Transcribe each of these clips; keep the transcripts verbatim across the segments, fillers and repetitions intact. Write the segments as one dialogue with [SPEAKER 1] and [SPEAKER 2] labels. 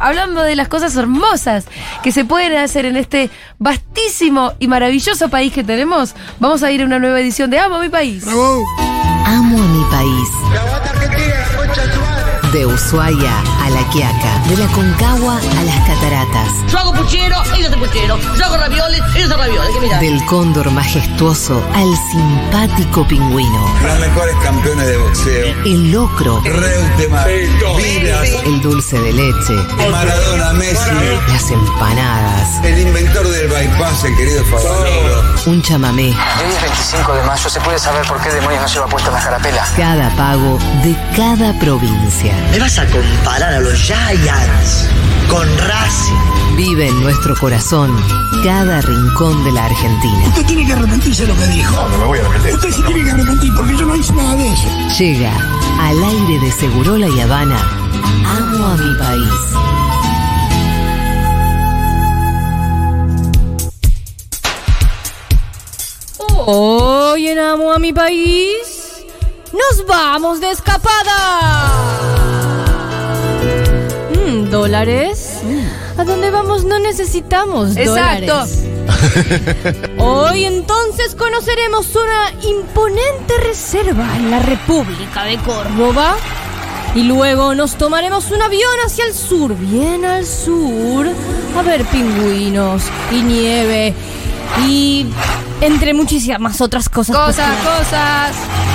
[SPEAKER 1] hablando de las cosas hermosas que se pueden hacer en este vastísimo y maravilloso país que tenemos, vamos a ir a una nueva edición de Amo a mi país.
[SPEAKER 2] ¡Bravo!
[SPEAKER 3] Amo a mi país. De Ushuaia a La Quiaca, de la Concagua a las Cataratas.
[SPEAKER 4] Yo hago puchero, ellos hacen puchero. Yo hago ravioles, ellos hacen ravioles. ¿Qué mirá?
[SPEAKER 3] Del cóndor majestuoso al simpático pingüino.
[SPEAKER 5] Los mejores campeones de boxeo.
[SPEAKER 3] El locro.
[SPEAKER 5] Reutemann, Vilas,
[SPEAKER 3] El dulce de leche.
[SPEAKER 5] Maradona, Messi.
[SPEAKER 3] Las empanadas.
[SPEAKER 5] El inventor del bypass, el querido Favaloro.
[SPEAKER 3] Un chamamé.
[SPEAKER 6] Hoy es veinticinco de mayo, ¿se puede saber por qué demonios no lleva puesta una jarapela?
[SPEAKER 3] Cada pago de cada provincia.
[SPEAKER 7] ¿Me vas a comparar a los Giants con Racing?
[SPEAKER 3] Vive en nuestro corazón cada rincón de la Argentina.
[SPEAKER 2] Usted tiene que arrepentirse de lo que dijo.
[SPEAKER 5] No, no me voy a arrepentir.
[SPEAKER 2] Usted se tiene que arrepentir porque yo no hice nada de eso.
[SPEAKER 3] Llega al aire de Segurola y Habana. Amo a mi país.
[SPEAKER 8] Hoy en Amo a mi país nos vamos de escapada. Mm, ¿Dólares? ¿A dónde vamos? No necesitamos
[SPEAKER 1] Exacto.
[SPEAKER 8] dólares. Hoy entonces conoceremos una imponente reserva en la República de Córdoba. Y luego nos tomaremos un avión hacia el sur, bien al sur, a ver pingüinos y nieve y entre muchísimas otras cosas.
[SPEAKER 1] Cosas,
[SPEAKER 8] posibles.
[SPEAKER 1] cosas.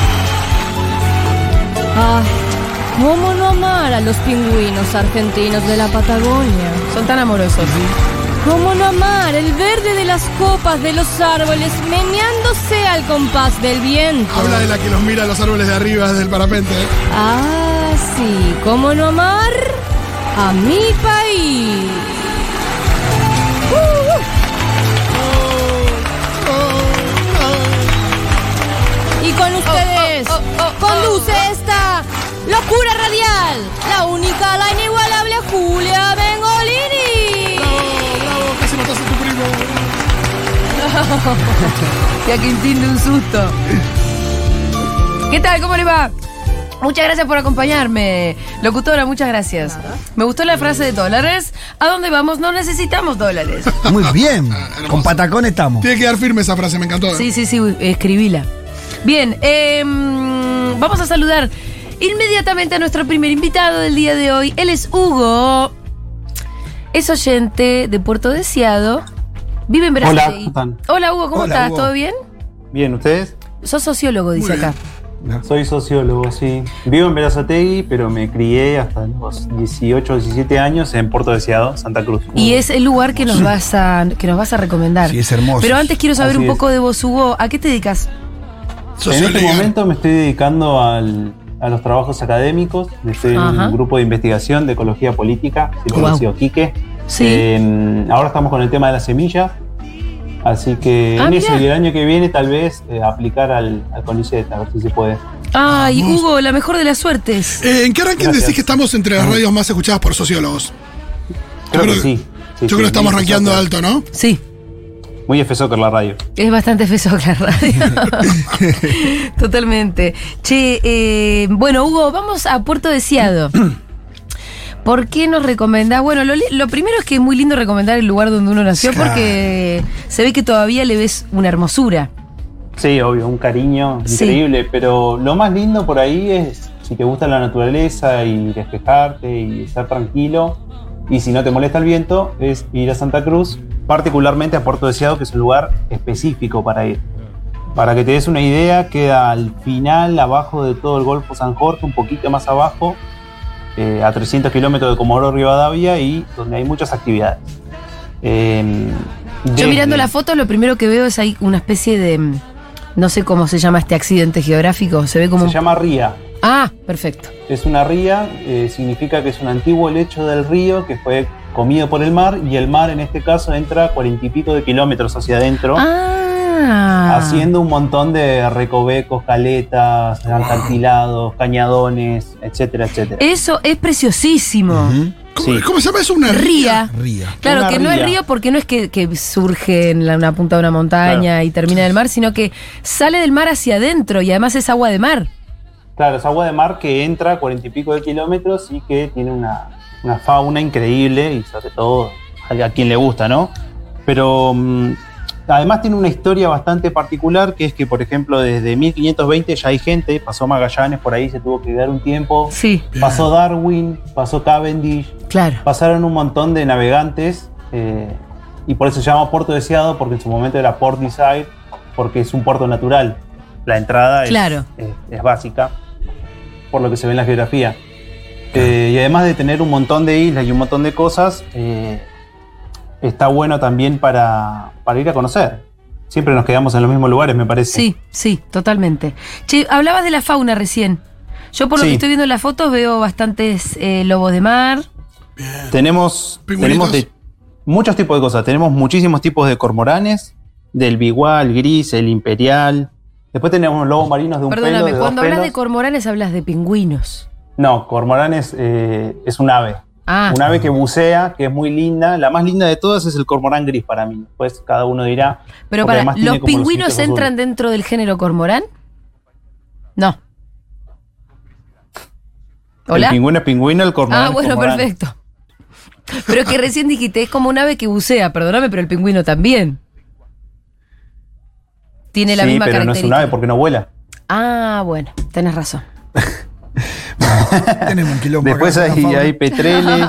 [SPEAKER 8] Ay, ¿cómo no amar a los pingüinos argentinos de la Patagonia?
[SPEAKER 1] Son tan amorosos.
[SPEAKER 8] ¿Cómo no amar el verde de las copas de los árboles meneándose al compás del viento?
[SPEAKER 2] Habla de la que los mira a los árboles de arriba desde el parapente. ¿eh?
[SPEAKER 8] Ah, sí, ¿cómo no amar a mi país? Uh, uh. Y con ustedes
[SPEAKER 1] Oh, oh, oh, oh,
[SPEAKER 8] conduce
[SPEAKER 1] oh.
[SPEAKER 8] esta locura radial, la única, la inigualable Julia Bengolini.
[SPEAKER 2] Bravo, bravo, casi matas a tu primo.
[SPEAKER 1] Y a Quintín de un susto. ¿Qué tal? ¿Cómo le va? Muchas gracias por acompañarme. Locutora, muchas gracias. Me gustó la frase de dólares. ¿A dónde vamos? No necesitamos dólares.
[SPEAKER 9] Muy bien. Con patacón estamos.
[SPEAKER 2] Tiene que dar firme esa frase, me encantó. ¿eh?
[SPEAKER 1] Sí, sí, sí, escribíla. Bien, eh, vamos a saludar inmediatamente a nuestro primer invitado del día de hoy. Él es Hugo. Es oyente de Puerto Deseado. Vive en Brasil.
[SPEAKER 10] Hola, ¿cómo están?
[SPEAKER 1] Hola, Hugo, ¿cómo
[SPEAKER 9] Hola,
[SPEAKER 1] estás?
[SPEAKER 9] Hugo.
[SPEAKER 1] ¿Todo bien?
[SPEAKER 10] Bien, ¿ustedes?
[SPEAKER 1] Sos sociólogo, dice
[SPEAKER 2] Muy bien.
[SPEAKER 1] acá.
[SPEAKER 10] Soy sociólogo, sí. Vivo en Berazategui, pero me crié hasta los dieciocho, diecisiete años en Puerto Deseado, Santa Cruz.
[SPEAKER 1] Y es el lugar que nos vas a, que nos vas a recomendar.
[SPEAKER 9] Sí, es hermoso.
[SPEAKER 1] Pero antes quiero saber
[SPEAKER 10] Así
[SPEAKER 1] un
[SPEAKER 10] es.
[SPEAKER 1] poco de vos, Hugo. ¿A qué te dedicas?
[SPEAKER 10] En este
[SPEAKER 2] Socióloga.
[SPEAKER 10] momento me estoy dedicando al, a los trabajos académicos. Estoy en
[SPEAKER 1] Ajá.
[SPEAKER 10] un grupo de investigación de ecología política, que
[SPEAKER 1] Wow.
[SPEAKER 10] conoció Quique.
[SPEAKER 1] Sí.
[SPEAKER 10] Eh, ahora estamos con el tema de las semillas. Así que
[SPEAKER 1] Ah,
[SPEAKER 10] en eso,
[SPEAKER 1] mirá.
[SPEAKER 10] y el año que viene tal vez eh, aplicar al, al CONICET, a ver si se puede.
[SPEAKER 1] Ay,
[SPEAKER 2] Vamos.
[SPEAKER 1] Hugo, la mejor de las suertes.
[SPEAKER 2] Eh, ¿En qué ranking
[SPEAKER 10] Gracias.
[SPEAKER 2] decís que estamos entre las radios más escuchadas por sociólogos?
[SPEAKER 10] Creo
[SPEAKER 2] creo
[SPEAKER 10] que
[SPEAKER 2] que-
[SPEAKER 10] sí. Sí,
[SPEAKER 2] Yo creo
[SPEAKER 10] sí,
[SPEAKER 2] que estamos
[SPEAKER 10] muy
[SPEAKER 2] rankeando
[SPEAKER 10] F
[SPEAKER 2] alto, ¿no?
[SPEAKER 1] Sí,
[SPEAKER 10] Muy F Soccer la radio.
[SPEAKER 1] es bastante fesoca la radio. Totalmente. Che, eh, bueno, Hugo, vamos a Puerto Deseado. ¿Por qué nos recomendás? Bueno, lo, li- lo primero es que es muy lindo recomendar el lugar donde uno nació
[SPEAKER 9] Claro.
[SPEAKER 1] porque se ve que todavía le ves una hermosura.
[SPEAKER 10] Sí, obvio, un cariño
[SPEAKER 1] Sí.
[SPEAKER 10] increíble, pero lo más lindo por ahí es si te gusta la naturaleza y despejarte y estar tranquilo, y si no te molesta el viento, es ir a Santa Cruz, particularmente a Puerto Deseado, que es un lugar específico para ir. Para que te des una idea, queda al final, abajo de todo el Golfo San Jorge, un poquito más abajo, eh, a trescientos kilómetros de Comodoro Rivadavia, y donde hay muchas actividades. Eh,
[SPEAKER 1] Yo
[SPEAKER 10] desde-
[SPEAKER 1] mirando la foto, lo primero que veo es ahí una especie de... mm, no sé cómo se llama este accidente geográfico. Se ve como...
[SPEAKER 10] Se
[SPEAKER 1] un-
[SPEAKER 10] llama ría.
[SPEAKER 1] Ah, perfecto.
[SPEAKER 10] Es una ría, eh, significa que es un antiguo lecho del río que fue comido por el mar, y el mar en este caso entra cuarenta y pico de kilómetros hacia adentro,
[SPEAKER 1] Ah.
[SPEAKER 10] haciendo un montón de recovecos, caletas, acantilados, cañadones, etcétera, etcétera.
[SPEAKER 1] Eso es preciosísimo.
[SPEAKER 9] Ujú.
[SPEAKER 2] ¿Cómo,
[SPEAKER 10] Sí.
[SPEAKER 2] ¿Cómo se llama eso? Una
[SPEAKER 1] Ría.
[SPEAKER 9] Ría.
[SPEAKER 1] Claro,
[SPEAKER 10] Una
[SPEAKER 1] que no es
[SPEAKER 10] ría.
[SPEAKER 1] río porque no es que, que surge en la- una punta de una montaña
[SPEAKER 10] Claro.
[SPEAKER 1] y termina en el mar, sino que sale del mar hacia adentro y además es agua de mar.
[SPEAKER 10] Claro, es agua de mar que entra cuarenta y pico de kilómetros y que tiene una, una fauna increíble y sobre todo a, a quien le gusta, ¿no? Pero mmm, además tiene una historia bastante particular, que es que, por ejemplo, desde mil quinientos veinte ya hay gente, pasó Magallanes por ahí, se tuvo que quedar un tiempo,
[SPEAKER 1] Sí.
[SPEAKER 10] pasó Darwin, pasó Cavendish,
[SPEAKER 1] Claro.
[SPEAKER 10] pasaron un montón de navegantes eh, y por eso se llama Puerto Deseado, porque en su momento era Port Desire, porque es un puerto natural. La entrada es,
[SPEAKER 1] Claro.
[SPEAKER 10] es, es básica, por lo que se ve en la geografía. Eh, y además de tener un montón de islas y un montón de cosas, eh, está bueno también para, para ir a conocer. Siempre nos quedamos en los mismos lugares, me parece.
[SPEAKER 1] Sí, sí, totalmente. Che, hablabas de la fauna recién. Yo por lo
[SPEAKER 10] Sí.
[SPEAKER 1] que estoy viendo en las fotos veo bastantes eh, lobos de mar.
[SPEAKER 10] Tenemos,
[SPEAKER 2] Pingüinitos.
[SPEAKER 10] tenemos de muchos tipos de cosas. Tenemos muchísimos tipos de cormoranes, del bigual, gris, el imperial. Después tenemos lobos marinos de un pelo,
[SPEAKER 1] Perdóname,
[SPEAKER 10] de dos
[SPEAKER 1] cuando hablas
[SPEAKER 10] pelos.
[SPEAKER 1] de cormoranes hablas de pingüinos.
[SPEAKER 10] No, cormoranes eh, es un ave.
[SPEAKER 1] Ah,
[SPEAKER 10] Un ave que bucea, que es muy linda. La más linda de todas es el cormorán gris para mí. Después cada uno dirá.
[SPEAKER 1] pero
[SPEAKER 10] porque
[SPEAKER 1] para,
[SPEAKER 10] además tiene
[SPEAKER 1] ¿los
[SPEAKER 10] como
[SPEAKER 1] pingüinos
[SPEAKER 10] ojitos
[SPEAKER 1] entran
[SPEAKER 10] azules.
[SPEAKER 1] dentro del género cormorán? No. ¿Hola?
[SPEAKER 10] El pingüino es pingüino, el cormorán
[SPEAKER 1] Ah,
[SPEAKER 10] es
[SPEAKER 1] bueno,
[SPEAKER 10] cormorán.
[SPEAKER 1] perfecto. Pero es que recién dijiste, es como un ave que bucea, perdóname, pero el pingüino también. Tiene la
[SPEAKER 10] Sí,
[SPEAKER 1] misma
[SPEAKER 10] pero no es
[SPEAKER 1] característica.
[SPEAKER 10] un ave porque no vuela.
[SPEAKER 1] Ah, bueno, tenés razón.
[SPEAKER 9] Tenemos un quilombo.
[SPEAKER 10] Después
[SPEAKER 9] acá con la
[SPEAKER 10] hay,
[SPEAKER 9] fauna.
[SPEAKER 10] hay petreles.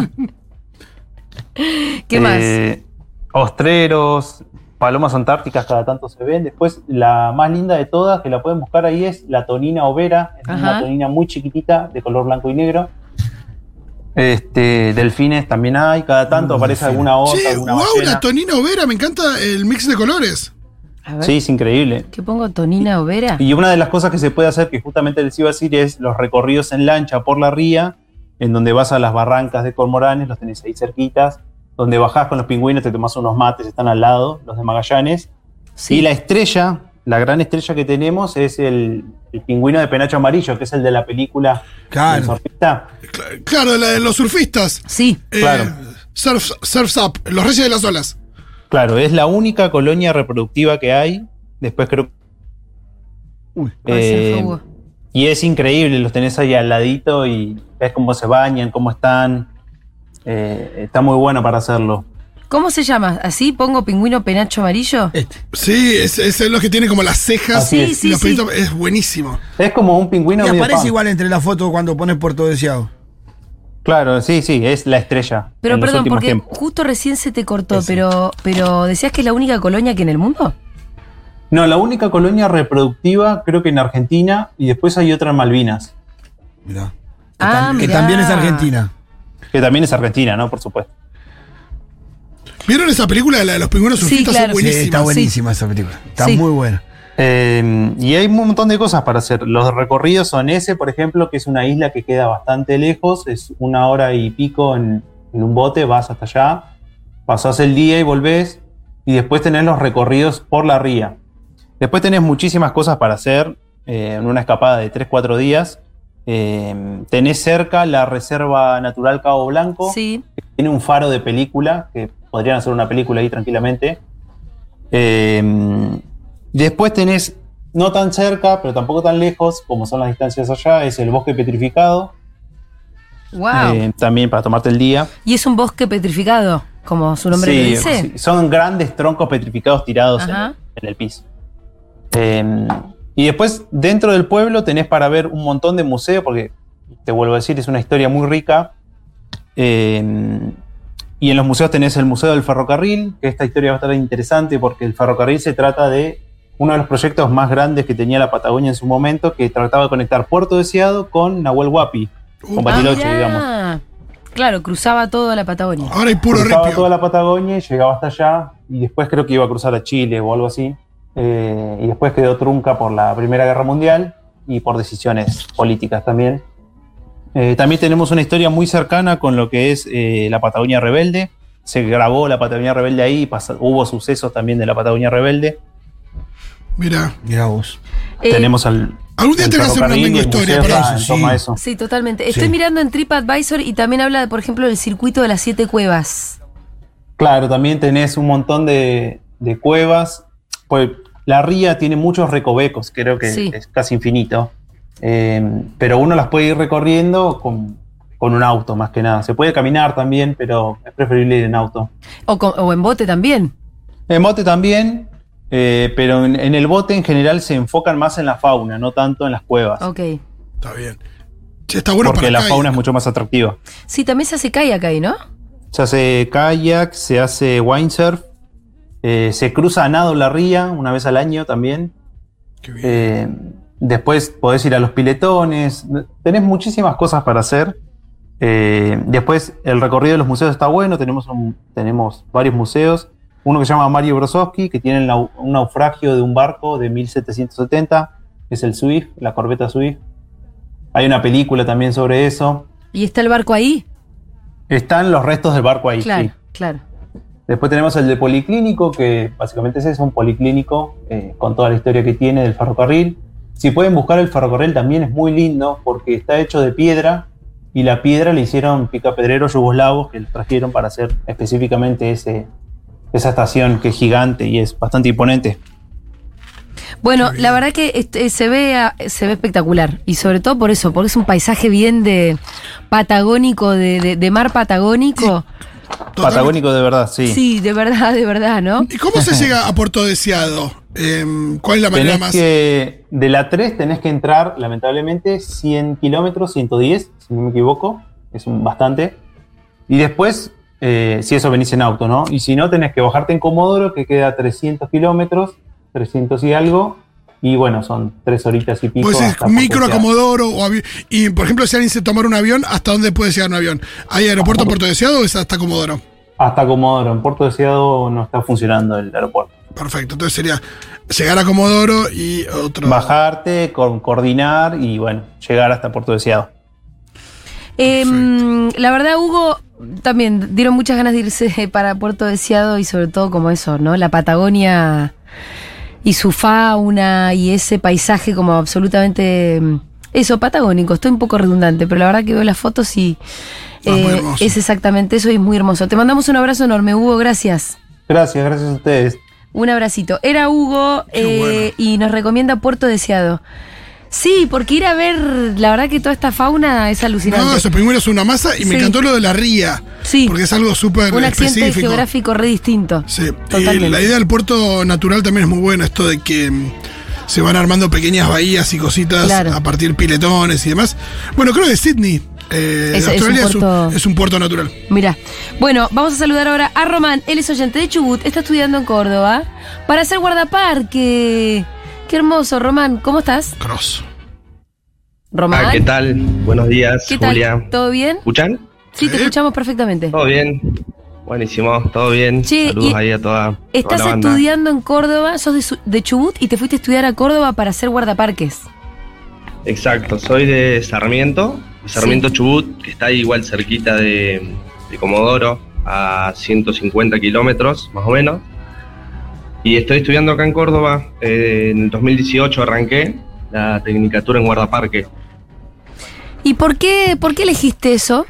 [SPEAKER 1] ¿Qué más?
[SPEAKER 10] eh, Ostreros, palomas antárticas cada tanto se ven. Después la más linda de todas, que la pueden buscar ahí, es la tonina overa. Es
[SPEAKER 1] Ajá.
[SPEAKER 10] una tonina muy chiquitita, de color blanco y negro. Este, delfines también hay, cada tanto
[SPEAKER 9] Uh,
[SPEAKER 10] aparece
[SPEAKER 9] delfines.
[SPEAKER 10] alguna orca,
[SPEAKER 2] Che,
[SPEAKER 10] alguna
[SPEAKER 2] wow,
[SPEAKER 10] ballena.
[SPEAKER 2] la Tonina Overa, me encanta el mix de colores.
[SPEAKER 1] A ver,
[SPEAKER 10] Sí, es increíble.
[SPEAKER 1] ¿qué pongo? ¿Tonina overa?
[SPEAKER 10] Y una de las cosas que se puede hacer, que justamente les iba a decir, es los recorridos en lancha por la ría, en donde vas a las barrancas de cormoranes, los tenés ahí cerquitas, donde bajás con los pingüinos, te tomás unos mates, están al lado, los de Magallanes.
[SPEAKER 1] Sí.
[SPEAKER 10] Y la estrella, la gran estrella que tenemos es el, el pingüino de penacho amarillo, que es el de la película
[SPEAKER 9] Claro.
[SPEAKER 10] El surfista.
[SPEAKER 2] Cl- Claro, la de los surfistas.
[SPEAKER 1] Sí.
[SPEAKER 2] Eh,
[SPEAKER 10] Claro.
[SPEAKER 2] surf, surf's Up, los reyes de las olas.
[SPEAKER 10] Claro, es la única colonia reproductiva que hay. Después creo
[SPEAKER 9] Uy.
[SPEAKER 1] Ay, se me
[SPEAKER 10] Eh,
[SPEAKER 1] fue Hugo.
[SPEAKER 10] y es increíble, los tenés ahí al ladito y ves cómo se bañan, cómo están. Eh, está muy bueno para hacerlo.
[SPEAKER 1] ¿Cómo se llama? ¿Así pongo pingüino penacho amarillo?
[SPEAKER 9] Este.
[SPEAKER 2] Sí, es, es lo que tiene como las cejas.
[SPEAKER 10] Así
[SPEAKER 1] Sí,
[SPEAKER 10] es.
[SPEAKER 2] y
[SPEAKER 1] sí,
[SPEAKER 2] los
[SPEAKER 1] sí.
[SPEAKER 2] pelitos. Es buenísimo.
[SPEAKER 10] Es como un pingüino
[SPEAKER 9] Y
[SPEAKER 10] medio
[SPEAKER 9] aparece
[SPEAKER 10] punk.
[SPEAKER 9] igual entre la foto cuando pones Puerto Deseado.
[SPEAKER 10] Claro, sí, sí, es la estrella.
[SPEAKER 1] Pero
[SPEAKER 10] en los
[SPEAKER 1] perdón,
[SPEAKER 10] últimos
[SPEAKER 1] porque
[SPEAKER 10] tiempos.
[SPEAKER 1] justo recién se te cortó,
[SPEAKER 9] Eso.
[SPEAKER 1] pero, pero decías que es la única colonia que en el mundo.
[SPEAKER 10] No, la única colonia reproductiva creo que en Argentina y después hay otra en Malvinas,
[SPEAKER 9] Mirá. Que,
[SPEAKER 1] Ah,
[SPEAKER 9] tam- que
[SPEAKER 1] mirá.
[SPEAKER 9] también es Argentina.
[SPEAKER 10] que también es Argentina, ¿no? Por supuesto.
[SPEAKER 2] ¿Vieron esa película de la de los pingüinos
[SPEAKER 1] Sí,
[SPEAKER 2] surfistas?
[SPEAKER 1] claro.
[SPEAKER 2] Es
[SPEAKER 9] Sí,
[SPEAKER 2] buenísima.
[SPEAKER 9] está buenísima esa película. Está
[SPEAKER 1] Sí.
[SPEAKER 9] muy buena.
[SPEAKER 10] Eh, y hay un montón de cosas para hacer. Los recorridos son ese, por ejemplo, que es una isla que queda bastante lejos, es una hora y pico en, en un bote, vas hasta allá, pasás el día y volvés, y después tenés los recorridos por la ría. Después tenés muchísimas cosas para hacer eh, en una escapada de tres cuatro días. Eh, tenés cerca la Reserva Natural Cabo Blanco,
[SPEAKER 1] Sí.
[SPEAKER 10] que tiene un faro de película, que podrían hacer una película ahí tranquilamente. Eh, después tenés, no tan cerca, pero tampoco tan lejos, como son las distancias allá, es el bosque petrificado,
[SPEAKER 1] Wow.
[SPEAKER 10] eh, también para tomarte el día.
[SPEAKER 1] ¿Y es un bosque petrificado, como su nombre
[SPEAKER 10] Sí,
[SPEAKER 1] lo dice?
[SPEAKER 10] sí, son grandes troncos petrificados tirados en,
[SPEAKER 1] Ajá.
[SPEAKER 10] en el piso. Eh, y después, dentro del pueblo, tenés para ver un montón de museos, porque te vuelvo a decir, es una historia muy rica. Eh, y en los museos tenés el Museo del Ferrocarril, que esta historia va a estar interesante porque el ferrocarril se trata de uno de los proyectos más grandes que tenía la Patagonia en su momento, que trataba de conectar Puerto Deseado con Nahuel Huapi, con
[SPEAKER 1] Ah,
[SPEAKER 10] Bariloche,
[SPEAKER 1] mirá.
[SPEAKER 10] digamos.
[SPEAKER 1] Claro, cruzaba toda la Patagonia.
[SPEAKER 2] Ahora hay puro
[SPEAKER 10] Cruzaba
[SPEAKER 2] ripio.
[SPEAKER 10] toda la Patagonia y llegaba hasta allá, y después creo que iba a cruzar a Chile o algo así. Eh, y después quedó trunca por la Primera Guerra Mundial y por decisiones políticas también. Eh, también tenemos una historia muy cercana con lo que es eh, la Patagonia Rebelde. Se grabó la Patagonia Rebelde ahí, y pasa- hubo sucesos también de la Patagonia Rebelde.
[SPEAKER 2] Mira.
[SPEAKER 9] Mirá vos.
[SPEAKER 1] Eh,
[SPEAKER 10] Tenemos al.
[SPEAKER 2] Algún día
[SPEAKER 10] el
[SPEAKER 2] tenés que hacer una
[SPEAKER 10] ferrocarril y
[SPEAKER 2] domingo
[SPEAKER 10] el
[SPEAKER 2] historia
[SPEAKER 10] museo
[SPEAKER 2] para
[SPEAKER 10] está
[SPEAKER 2] eso.
[SPEAKER 10] en torno a
[SPEAKER 9] sí.
[SPEAKER 10] eso.
[SPEAKER 1] Sí, totalmente. Estoy
[SPEAKER 9] Sí.
[SPEAKER 1] mirando en TripAdvisor y también habla, de, por ejemplo, del circuito de las siete cuevas.
[SPEAKER 10] Claro, también tenés un montón de, de cuevas. Pues la ría tiene muchos recovecos, creo que
[SPEAKER 1] Sí.
[SPEAKER 10] es casi infinito. Eh, pero uno las puede ir recorriendo con con un auto más que nada. Se puede caminar también, pero es preferible ir en auto.
[SPEAKER 1] O, con, o en bote también.
[SPEAKER 10] En bote también, eh, pero en, en el bote en general se enfocan más en la fauna, no tanto en las cuevas.
[SPEAKER 1] Ok.
[SPEAKER 2] Está bien. Che, está bueno
[SPEAKER 10] porque
[SPEAKER 2] para
[SPEAKER 10] la
[SPEAKER 2] kayak.
[SPEAKER 10] fauna es mucho más atractiva.
[SPEAKER 1] Sí, también se hace kayak ahí, ¿no?
[SPEAKER 10] Se hace kayak, se hace windsurf, eh, se cruza a nado la ría una vez al año también.
[SPEAKER 2] Qué bien.
[SPEAKER 10] Eh, después podés ir a los piletones, tenés muchísimas cosas para hacer. Eh, después el recorrido de los museos está bueno, tenemos, un, tenemos varios museos. Uno que se llama Mario Brosowski, que tiene nau- un naufragio de un barco de mil setecientos setenta, que es el Swift, la corbeta Swift. Hay una película también sobre eso.
[SPEAKER 1] ¿Y está el barco ahí?
[SPEAKER 10] Están los restos del barco ahí.
[SPEAKER 1] Claro,
[SPEAKER 10] Sí.
[SPEAKER 1] claro.
[SPEAKER 10] Después tenemos el de Policlínico, que básicamente es eso, un policlínico eh, con toda la historia que tiene del ferrocarril. Si pueden buscar el ferrocarril también es muy lindo porque está hecho de piedra y la piedra le hicieron picapedreros yugoslavos que lo trajeron para hacer específicamente ese, esa estación que es gigante y es bastante imponente.
[SPEAKER 1] Bueno, la verdad que este, se ve a- se ve espectacular y sobre todo por eso, porque es un paisaje bien de patagónico, de, de, de mar patagónico.
[SPEAKER 10] Patagónico de verdad, sí.
[SPEAKER 1] Sí, de verdad, de verdad, ¿no?
[SPEAKER 2] ¿Y cómo se llega a Puerto Deseado? Eh, ¿Cuál es la manera
[SPEAKER 10] Tenés
[SPEAKER 2] más...?
[SPEAKER 10] que, de la tres tenés que entrar, lamentablemente, cien kilómetros, ciento diez, si no me equivoco, es un bastante. Y después, eh, si eso venís en auto, ¿no? Y si no, tenés que bajarte en Comodoro, que queda a trescientos kilómetros, trescientos y algo, y bueno, son tres horitas y pico.
[SPEAKER 2] Pues es
[SPEAKER 10] hasta
[SPEAKER 2] micro a
[SPEAKER 10] Puerto Deseado.
[SPEAKER 2] Comodoro o avi- y por ejemplo si alguien se tomar un avión, ¿hasta dónde puede llegar un avión? ¿Hay aeropuerto en Puerto Deseado o es hasta Comodoro?
[SPEAKER 10] Hasta Comodoro, en Puerto Deseado no está funcionando el aeropuerto.
[SPEAKER 2] Perfecto, entonces sería llegar a Comodoro y otro...
[SPEAKER 10] Bajarte, co- coordinar y bueno, llegar hasta Puerto Deseado.
[SPEAKER 1] Eh, la verdad, Hugo, también dieron muchas ganas de irse para Puerto Deseado y sobre todo como eso, ¿no? La Patagonia y su fauna y ese paisaje como absolutamente... mm, Eso, patagónico. Estoy un poco redundante, pero la verdad que veo las fotos y
[SPEAKER 2] Ah, muy
[SPEAKER 1] eh,
[SPEAKER 2] hermoso.
[SPEAKER 1] es exactamente eso y es muy hermoso. Te mandamos un abrazo enorme, Hugo, gracias.
[SPEAKER 10] Gracias, gracias a ustedes.
[SPEAKER 1] Un abracito. Era Hugo
[SPEAKER 2] Qué
[SPEAKER 1] eh,
[SPEAKER 2] bueno.
[SPEAKER 1] y nos recomienda Puerto Deseado. Sí, porque ir a ver, la verdad que toda esta fauna es alucinante.
[SPEAKER 2] No, esos pingüinos son una masa y me
[SPEAKER 1] Sí.
[SPEAKER 2] encantó lo de la ría.
[SPEAKER 1] Sí.
[SPEAKER 2] Porque es algo súper
[SPEAKER 1] Un accidente
[SPEAKER 2] específico.
[SPEAKER 1] geográfico re distinto.
[SPEAKER 2] Sí.
[SPEAKER 1] Totalmente.
[SPEAKER 2] Y la idea del puerto natural también es muy buena, esto de que mm, se van armando pequeñas bahías y cositas
[SPEAKER 1] Claro.
[SPEAKER 2] a partir de piletones y demás. Bueno, creo que Sydney, eh,
[SPEAKER 1] Es-
[SPEAKER 2] de
[SPEAKER 1] es un
[SPEAKER 2] Australia, es un,
[SPEAKER 1] puerto-
[SPEAKER 2] es un puerto natural.
[SPEAKER 1] Mirá. Bueno, vamos a saludar ahora a Román. Él es oyente de Chubut, está estudiando en Córdoba para ser guardaparque. Qué hermoso, Román. ¿Cómo estás?
[SPEAKER 2] Cross.
[SPEAKER 1] Román.
[SPEAKER 11] Ah, ¿qué tal? Buenos días,
[SPEAKER 1] ¿Qué tal?
[SPEAKER 11] Julia.
[SPEAKER 1] ¿Todo bien?
[SPEAKER 11] ¿Escuchan?
[SPEAKER 1] Sí, te
[SPEAKER 2] Sí.
[SPEAKER 1] escuchamos perfectamente.
[SPEAKER 11] ¿Todo bien? Buenísimo, todo bien.
[SPEAKER 1] Che,
[SPEAKER 11] Saludos
[SPEAKER 1] y-
[SPEAKER 11] ahí a toda, toda
[SPEAKER 1] Estás
[SPEAKER 11] la banda.
[SPEAKER 1] estudiando en Córdoba, sos de, Su- de Chubut y te fuiste a estudiar a Córdoba para ser guardaparques.
[SPEAKER 11] Exacto, soy de Sarmiento, Sarmiento Chubut, que está ahí igual cerquita de, de Comodoro, a ciento cincuenta kilómetros más o menos. Y estoy estudiando acá en Córdoba. Eh, en el dos mil dieciocho arranqué la tecnicatura en guardaparque.
[SPEAKER 1] ¿Y por qué, por qué elegiste eso?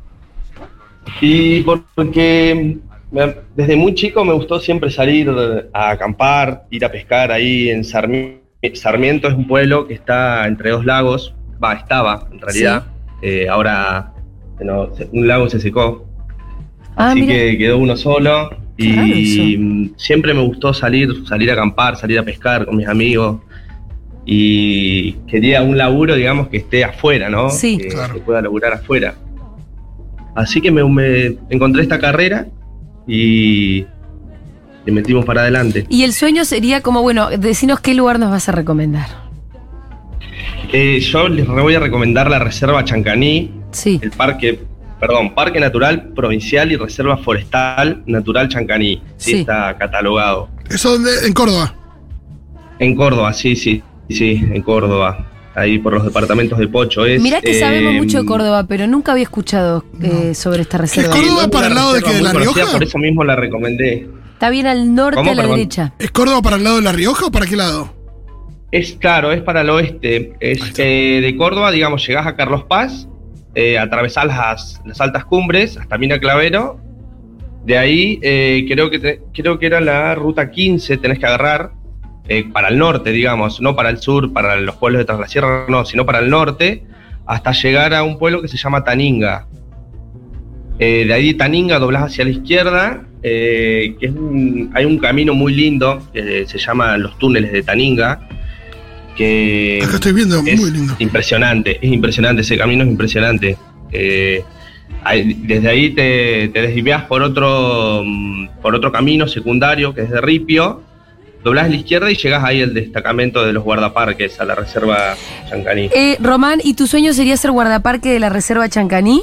[SPEAKER 11] Y por- porque me- desde muy chico me gustó siempre salir a acampar, ir a pescar ahí en Sarmi- Sarmiento. Es un pueblo que está entre dos lagos, va, estaba en realidad. Eh, ahora bueno, se- un lago se secó,
[SPEAKER 1] Ah,
[SPEAKER 11] así
[SPEAKER 1] mira.
[SPEAKER 11] que quedó uno solo.
[SPEAKER 1] Qué raro
[SPEAKER 11] Y
[SPEAKER 1] eso.
[SPEAKER 11] mm, siempre me gustó salir, salir a acampar, salir a pescar con mis amigos. Y quería un laburo, digamos, que esté afuera, ¿no?
[SPEAKER 1] Sí.
[SPEAKER 11] Que,
[SPEAKER 2] Claro.
[SPEAKER 11] que pueda laburar afuera. Así que me, me encontré esta carrera y le metimos para adelante.
[SPEAKER 1] Y el sueño sería como, bueno, decinos qué lugar nos vas a recomendar.
[SPEAKER 11] Eh, yo les voy a recomendar la Reserva Chancaní,
[SPEAKER 1] Sí.
[SPEAKER 11] el parque, perdón, Parque Natural Provincial y Reserva Forestal Natural Chancaní. Sí,
[SPEAKER 1] Sí.
[SPEAKER 11] está catalogado.
[SPEAKER 2] ¿Eso dónde? En Córdoba.
[SPEAKER 11] En Córdoba, sí, sí, sí, en Córdoba. Ahí por los departamentos de Pocho. Es,
[SPEAKER 1] Mirá que
[SPEAKER 11] eh,
[SPEAKER 1] sabemos mucho de Córdoba, pero nunca había escuchado eh, sobre esta reserva.
[SPEAKER 2] ¿Es Córdoba
[SPEAKER 11] es
[SPEAKER 2] para
[SPEAKER 11] una
[SPEAKER 2] el lado de
[SPEAKER 11] reserva
[SPEAKER 2] qué, de
[SPEAKER 11] muy
[SPEAKER 2] La
[SPEAKER 11] conocida,
[SPEAKER 2] Rioja?
[SPEAKER 11] Por eso mismo la recomendé.
[SPEAKER 1] Está bien al norte,
[SPEAKER 11] ¿Cómo,
[SPEAKER 1] a la
[SPEAKER 11] perdón?
[SPEAKER 1] derecha.
[SPEAKER 2] ¿Es Córdoba para el lado de La Rioja o para qué lado?
[SPEAKER 11] Es claro, es para el oeste. Es eh, de Córdoba, digamos, llegás a Carlos Paz, eh, atravesás las, las altas cumbres hasta Mina Clavero. De ahí eh, creo que te- creo que era la ruta quince, tenés que agarrar eh, para el norte, digamos, no para el sur, para los pueblos de Tras la Sierra, no, sino para el norte, hasta llegar a un pueblo que se llama Taninga. Eh, de ahí Taninga doblás hacia la izquierda, eh, que es un, hay un camino muy lindo que se llama los túneles de Taninga, que
[SPEAKER 2] acá estoy viendo,
[SPEAKER 11] es
[SPEAKER 2] muy lindo.
[SPEAKER 11] Impresionante, es impresionante, ese camino es impresionante. Eh, hay, desde ahí te, te desvías por otro, por otro camino secundario que es de ripio, doblás a la izquierda y llegás ahí al destacamento de los guardaparques, a la reserva Chancaní.
[SPEAKER 1] Eh, Román, ¿y tu sueño sería ser guardaparque de la reserva Chancaní?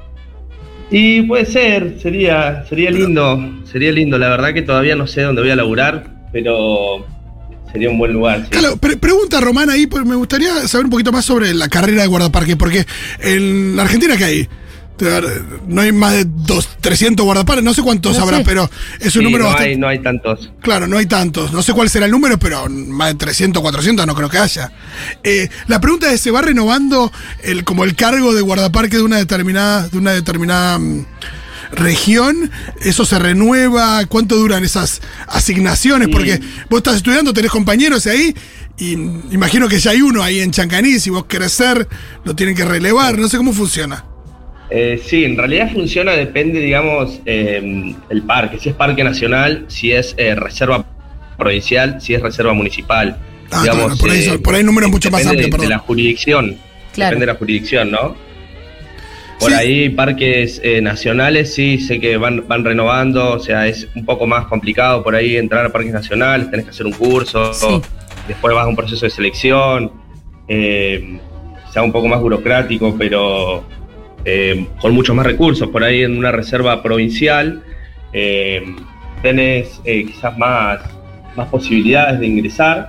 [SPEAKER 11] Y puede ser, sería, sería lindo, sería lindo. La verdad que todavía no sé dónde voy a laburar, pero sería un buen lugar. Sí.
[SPEAKER 2] Claro, pre pregunta Román ahí, pues me gustaría saber un poquito más sobre la carrera de guardaparque, porque en la Argentina ¿qué hay? No hay más de dos, trescientos guardaparques, no sé cuántos
[SPEAKER 11] no
[SPEAKER 2] habrá,
[SPEAKER 11] sé.
[SPEAKER 2] pero es un
[SPEAKER 11] sí,
[SPEAKER 2] número
[SPEAKER 11] no
[SPEAKER 2] bastante...
[SPEAKER 11] Hay, no hay tantos.
[SPEAKER 2] Claro, no hay tantos. No sé cuál será el número, pero más de trescientos, cuatrocientos no creo que haya. Eh, la pregunta es, ¿se va renovando el, como el cargo de guardaparque de una determinada, de una determinada um, región? ¿Eso se renueva? ¿Cuánto duran esas asignaciones?
[SPEAKER 11] Sí.
[SPEAKER 2] Porque vos estás estudiando, tenés compañeros ahí, y imagino que ya hay uno ahí en Chancaní, si vos querés ser, lo tienen que relevar, no sé cómo funciona.
[SPEAKER 11] Eh, sí, en realidad funciona, depende, digamos, eh, el parque. Si es parque nacional, si es eh, reserva provincial, si es reserva municipal.
[SPEAKER 2] Ah,
[SPEAKER 11] digamos,
[SPEAKER 2] claro, por ahí,
[SPEAKER 11] eh,
[SPEAKER 2] por ahí números mucho más amplios,
[SPEAKER 11] de,
[SPEAKER 2] perdón.
[SPEAKER 11] de la jurisdicción.
[SPEAKER 1] Claro.
[SPEAKER 11] Depende de la jurisdicción, ¿no? Por
[SPEAKER 2] Sí.
[SPEAKER 11] ahí parques eh, nacionales sí sé que van, van renovando, o sea, es un poco más complicado por ahí entrar a parques nacionales, tenés que hacer un curso,
[SPEAKER 1] Sí.
[SPEAKER 11] después vas a un proceso de selección, eh, sea un poco más burocrático, pero eh, con muchos más recursos. Por ahí en una reserva provincial eh, tenés eh, quizás más, más posibilidades de ingresar,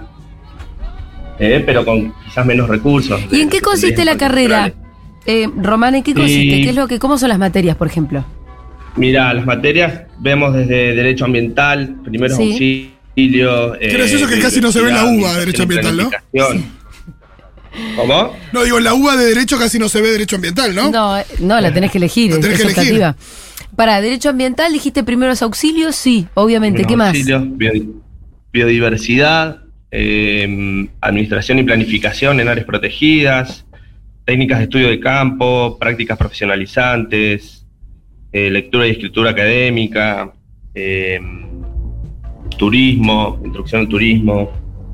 [SPEAKER 11] eh, pero con quizás menos recursos.
[SPEAKER 1] ¿Y en qué consiste la carrera? Eh, Román, ¿en qué consiste?
[SPEAKER 11] Y-
[SPEAKER 1] ¿Qué es lo que, ¿Cómo son las materias, por ejemplo?
[SPEAKER 11] Mira, las materias vemos desde derecho ambiental, primeros
[SPEAKER 1] Sí.
[SPEAKER 11] auxilios.
[SPEAKER 2] Qué gracioso que casi no se ve la uva de derecho ambiental, ¿no?
[SPEAKER 11] ¿Cómo?
[SPEAKER 2] No, digo, en la uva de derecho casi no se ve derecho ambiental, ¿no?
[SPEAKER 1] No, eh, no, la tenés que elegir,
[SPEAKER 2] La
[SPEAKER 1] es,
[SPEAKER 2] tenés
[SPEAKER 1] es
[SPEAKER 2] que elegir.
[SPEAKER 1] optativa. Para derecho ambiental, dijiste primeros auxilios, sí, obviamente. ¿Qué
[SPEAKER 11] Primeros
[SPEAKER 1] más?
[SPEAKER 11] auxilios, bio- biodiversidad, eh, administración y planificación en áreas protegidas, técnicas de estudio de campo, prácticas profesionalizantes, eh, lectura y escritura académica, eh, turismo, introducción al turismo.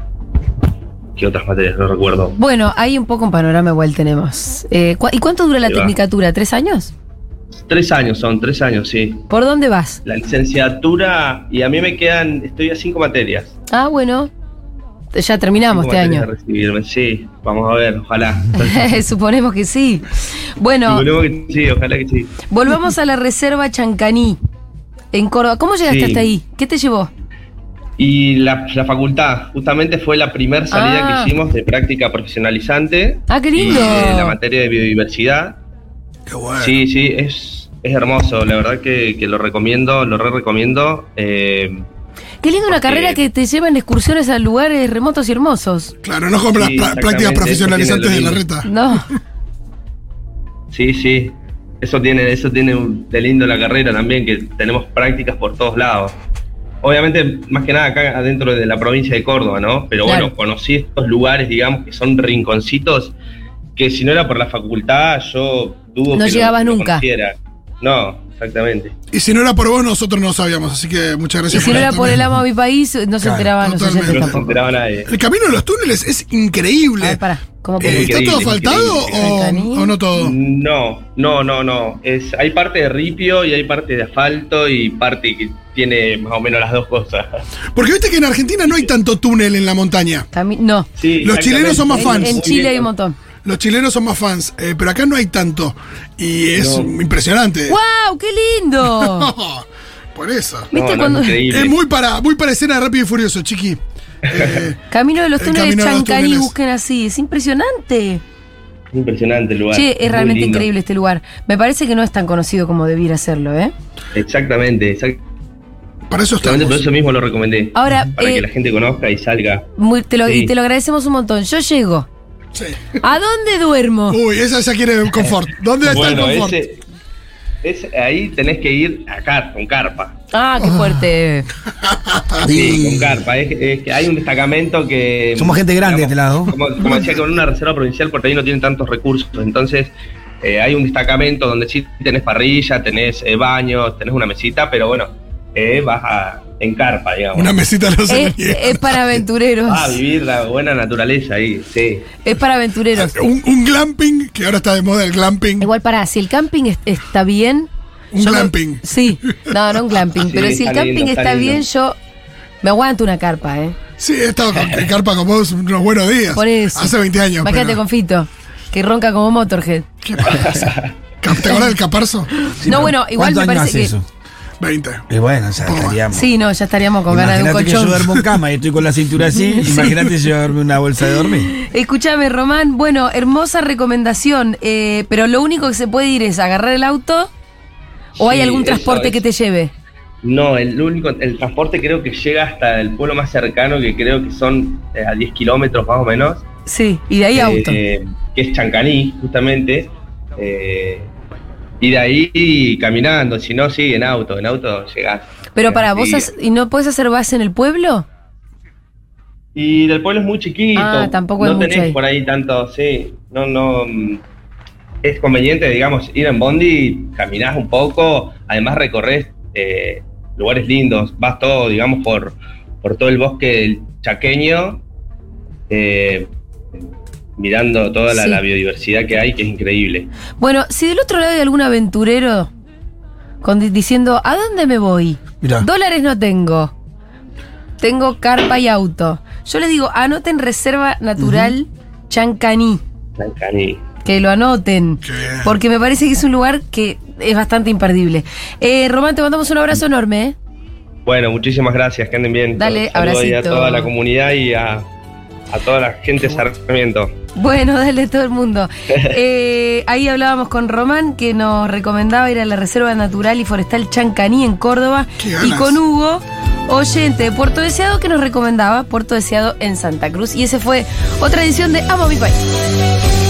[SPEAKER 11] ¿Qué otras materias? No recuerdo.
[SPEAKER 1] Bueno, ahí un poco un panorama igual tenemos. Eh, ¿cu- ¿Y cuánto dura la
[SPEAKER 11] Ahí va.
[SPEAKER 1] tecnicatura? ¿Tres años?
[SPEAKER 11] Tres años son, tres años, sí.
[SPEAKER 1] ¿Por dónde vas?
[SPEAKER 11] La licenciatura, y a mí me quedan, estoy a cinco materias.
[SPEAKER 1] Ah, bueno. Ya terminamos
[SPEAKER 11] Cinco
[SPEAKER 1] este
[SPEAKER 11] materias
[SPEAKER 1] año.
[SPEAKER 11] de recibirme. Sí, vamos a ver, ojalá.
[SPEAKER 1] Suponemos que sí. Bueno,
[SPEAKER 11] Suponemos que sí, ojalá que sí.
[SPEAKER 1] volvamos a la reserva Chancaní, en Córdoba. ¿Cómo llegaste
[SPEAKER 11] Sí.
[SPEAKER 1] hasta ahí? ¿Qué te llevó?
[SPEAKER 11] Y la, la facultad, justamente fue la primera salida
[SPEAKER 1] Ah.
[SPEAKER 11] que hicimos de práctica profesionalizante.
[SPEAKER 1] Ah, qué lindo.
[SPEAKER 11] Y, eh, la materia de biodiversidad.
[SPEAKER 2] Qué bueno.
[SPEAKER 11] Sí, sí, es, es hermoso. La verdad que, que lo recomiendo, lo re recomiendo. Eh,
[SPEAKER 1] Qué lindo una
[SPEAKER 11] porque-
[SPEAKER 1] carrera que te lleva en excursiones a lugares remotos y hermosos.
[SPEAKER 2] Claro, no como las
[SPEAKER 11] Sí,
[SPEAKER 2] pra- prácticas
[SPEAKER 11] exactamente,
[SPEAKER 2] profesionalizantes
[SPEAKER 11] eso
[SPEAKER 2] de la
[SPEAKER 11] tiene
[SPEAKER 2] reta.
[SPEAKER 1] No.
[SPEAKER 11] sí, sí. Eso tiene, eso tiene un- de lindo la carrera también, que tenemos prácticas por todos lados. Obviamente, más que nada acá adentro de la provincia de Córdoba, ¿no? Pero
[SPEAKER 1] Claro.
[SPEAKER 11] bueno, conocí estos lugares, digamos, que son rinconcitos, que si no era por la facultad, yo dudo
[SPEAKER 1] No
[SPEAKER 11] que lo-
[SPEAKER 1] llegabas
[SPEAKER 11] lo
[SPEAKER 1] nunca.
[SPEAKER 11] conociera. No, exactamente.
[SPEAKER 2] Y si no era por vos, nosotros no sabíamos, así que muchas
[SPEAKER 1] Y
[SPEAKER 2] gracias
[SPEAKER 1] si no era
[SPEAKER 2] esto
[SPEAKER 1] por
[SPEAKER 2] también.
[SPEAKER 1] el amo a mi país, no se
[SPEAKER 2] Claro,
[SPEAKER 1] enteraban los
[SPEAKER 2] totalmente.
[SPEAKER 1] oyentes
[SPEAKER 11] No se
[SPEAKER 1] tampoco.
[SPEAKER 11] enteraba nadie.
[SPEAKER 2] El camino de los túneles es increíble.
[SPEAKER 1] A ver, pará. ¿Cómo
[SPEAKER 2] Eh,
[SPEAKER 1] que-
[SPEAKER 2] ¿Está todo
[SPEAKER 11] Increíble,
[SPEAKER 2] asfaltado
[SPEAKER 11] increíble.
[SPEAKER 2] o,
[SPEAKER 1] Chancaní.
[SPEAKER 2] o no todo?
[SPEAKER 11] No, no, no, no. Es, hay parte de ripio y hay parte de asfalto y parte que tiene más o menos las dos cosas.
[SPEAKER 2] Porque viste que en Argentina no hay tanto túnel en la montaña.
[SPEAKER 1] Cami- no.
[SPEAKER 11] Sí,
[SPEAKER 2] Los chilenos son más
[SPEAKER 1] En,
[SPEAKER 2] fans.
[SPEAKER 1] en Chile hay un montón.
[SPEAKER 2] Los chilenos son más fans, eh, pero acá no hay tanto. Y es
[SPEAKER 11] No.
[SPEAKER 2] impresionante.
[SPEAKER 1] ¡Wow! ¡Qué lindo!
[SPEAKER 2] Por eso.
[SPEAKER 1] ¿Viste
[SPEAKER 11] No, no,
[SPEAKER 1] cuando-
[SPEAKER 11] es increíble.
[SPEAKER 2] Es muy para, muy para escena de Rápido y Furioso, chiqui. Eh,
[SPEAKER 1] Camino de los
[SPEAKER 2] El
[SPEAKER 1] túneles
[SPEAKER 2] camino de los
[SPEAKER 1] Chancaní,
[SPEAKER 2] túneles.
[SPEAKER 1] busquen así. Es impresionante.
[SPEAKER 11] Impresionante el lugar.
[SPEAKER 1] Che,
[SPEAKER 11] muy
[SPEAKER 1] es realmente
[SPEAKER 11] lindo.
[SPEAKER 1] increíble este lugar. Me parece que no es tan conocido como debiera serlo, ¿eh?
[SPEAKER 11] Exactamente, exactamente.
[SPEAKER 2] para eso
[SPEAKER 11] Por
[SPEAKER 2] estamos.
[SPEAKER 11] eso mismo lo recomendé.
[SPEAKER 1] Ahora,
[SPEAKER 11] para
[SPEAKER 1] eh,
[SPEAKER 11] que la gente conozca y salga.
[SPEAKER 1] Muy- te lo,
[SPEAKER 11] Sí.
[SPEAKER 1] Y te lo agradecemos un montón. Yo llego.
[SPEAKER 2] Sí.
[SPEAKER 1] ¿A dónde duermo?
[SPEAKER 2] Uy, esa ya quiere confort. ¿Dónde está
[SPEAKER 11] Bueno,
[SPEAKER 2] el confort?
[SPEAKER 11] ese, es, ahí tenés que ir a car con carpa.
[SPEAKER 1] Ah, qué fuerte.
[SPEAKER 11] Sí, con carpa. Es, es que hay un destacamento que...
[SPEAKER 9] Somos gente grande de este lado.
[SPEAKER 11] Como, como decía, con una reserva provincial, porque ahí no tienen tantos recursos. Entonces, eh, hay un destacamento donde sí tenés parrilla, tenés eh, baños, tenés una mesita, pero bueno, eh, vas a, en carpa, digamos.
[SPEAKER 2] Una mesita no se
[SPEAKER 1] Es, es para aventureros.
[SPEAKER 11] Ah, vivir la buena naturaleza ahí, sí.
[SPEAKER 1] Es para aventureros.
[SPEAKER 2] Un, un glamping, que ahora está de moda el glamping.
[SPEAKER 1] Igual para, si el camping es- está bien.
[SPEAKER 2] Un
[SPEAKER 1] yo me-
[SPEAKER 2] glamping.
[SPEAKER 1] sí, no, no un glamping.
[SPEAKER 11] Sí,
[SPEAKER 1] pero si el
[SPEAKER 11] está
[SPEAKER 1] camping
[SPEAKER 11] lindo,
[SPEAKER 1] está,
[SPEAKER 11] está
[SPEAKER 1] bien,
[SPEAKER 11] lindo.
[SPEAKER 1] yo me aguanto una carpa, ¿eh?
[SPEAKER 2] Sí, he estado con, en carpa con vos unos buenos días.
[SPEAKER 1] Por eso.
[SPEAKER 2] Hace veinte años.
[SPEAKER 1] Imagínate
[SPEAKER 2] pero-
[SPEAKER 1] con Fito, que ronca como Motorhead.
[SPEAKER 2] ¿Qué pasa? ¿Te acordás del caparzo?
[SPEAKER 1] No, bueno, igual me
[SPEAKER 9] ¿Cuántos años
[SPEAKER 1] parece
[SPEAKER 9] hace
[SPEAKER 1] que.
[SPEAKER 9] eso?
[SPEAKER 2] veinte.
[SPEAKER 9] Y bueno, o sea, estaríamos.
[SPEAKER 1] Sí, no, ya estaríamos con ganas de un
[SPEAKER 9] Imagínate que yo
[SPEAKER 1] colchón.
[SPEAKER 9] duermo en cama y estoy con la cintura así.
[SPEAKER 1] Sí.
[SPEAKER 9] Imagínate llevarme una bolsa de dormir.
[SPEAKER 1] Escúchame, Román, bueno, hermosa recomendación, eh, pero lo único que se puede ir es agarrar el auto o hay
[SPEAKER 11] Sí,
[SPEAKER 1] algún
[SPEAKER 11] eso
[SPEAKER 1] transporte
[SPEAKER 11] es.
[SPEAKER 1] que te lleve.
[SPEAKER 11] No, el único, el transporte creo que llega hasta el pueblo más cercano, que creo que son eh, a diez kilómetros más o menos.
[SPEAKER 1] Sí, y de ahí
[SPEAKER 11] eh,
[SPEAKER 1] auto.
[SPEAKER 11] que es Chancaní, justamente. eh, y de ahí caminando, si no, sí, en auto, en auto llegás.
[SPEAKER 1] Pero para vos,
[SPEAKER 11] Sí.
[SPEAKER 1] has- ¿y no podés hacer base en el pueblo?
[SPEAKER 11] Y el pueblo es muy chiquito.
[SPEAKER 1] Ah, tampoco
[SPEAKER 11] no
[SPEAKER 1] es mucho
[SPEAKER 11] tenés
[SPEAKER 1] ahí.
[SPEAKER 11] por ahí tanto, sí. No, no. mm, Es conveniente, digamos, ir en bondi, caminás un poco, además recorres eh, lugares lindos, vas todo, digamos, por, por todo el bosque del chaqueño, eh, mirando toda la,
[SPEAKER 1] Sí.
[SPEAKER 11] la biodiversidad que hay, que es increíble.
[SPEAKER 1] Bueno, si del otro lado hay algún aventurero con, di- diciendo, ¿a dónde me voy?
[SPEAKER 9] Mirá.
[SPEAKER 1] Dólares no tengo. Tengo carpa y auto. Yo les digo, anoten Reserva Natural Chancaní.
[SPEAKER 11] Chancaní.
[SPEAKER 1] Que lo anoten.
[SPEAKER 2] Qué bien.
[SPEAKER 1] Porque me parece que es un lugar que es bastante imperdible. Eh, Román, te mandamos un abrazo enorme. ¿eh?
[SPEAKER 11] Bueno, muchísimas gracias, que anden bien.
[SPEAKER 1] Dale,
[SPEAKER 11] Saludos ahí a
[SPEAKER 1] abracito.
[SPEAKER 11] toda la comunidad y a, a toda la gente de Sarmiento.
[SPEAKER 1] Bueno, dale todo el mundo. Eh, ahí hablábamos con Román, que nos recomendaba ir a la Reserva Natural y Forestal Chancaní en Córdoba.
[SPEAKER 2] Qué
[SPEAKER 1] Y
[SPEAKER 2] ganas.
[SPEAKER 1] con Hugo, oyente de Puerto Deseado, que nos recomendaba Puerto Deseado en Santa Cruz. Y ese fue otra edición de Amo mi país.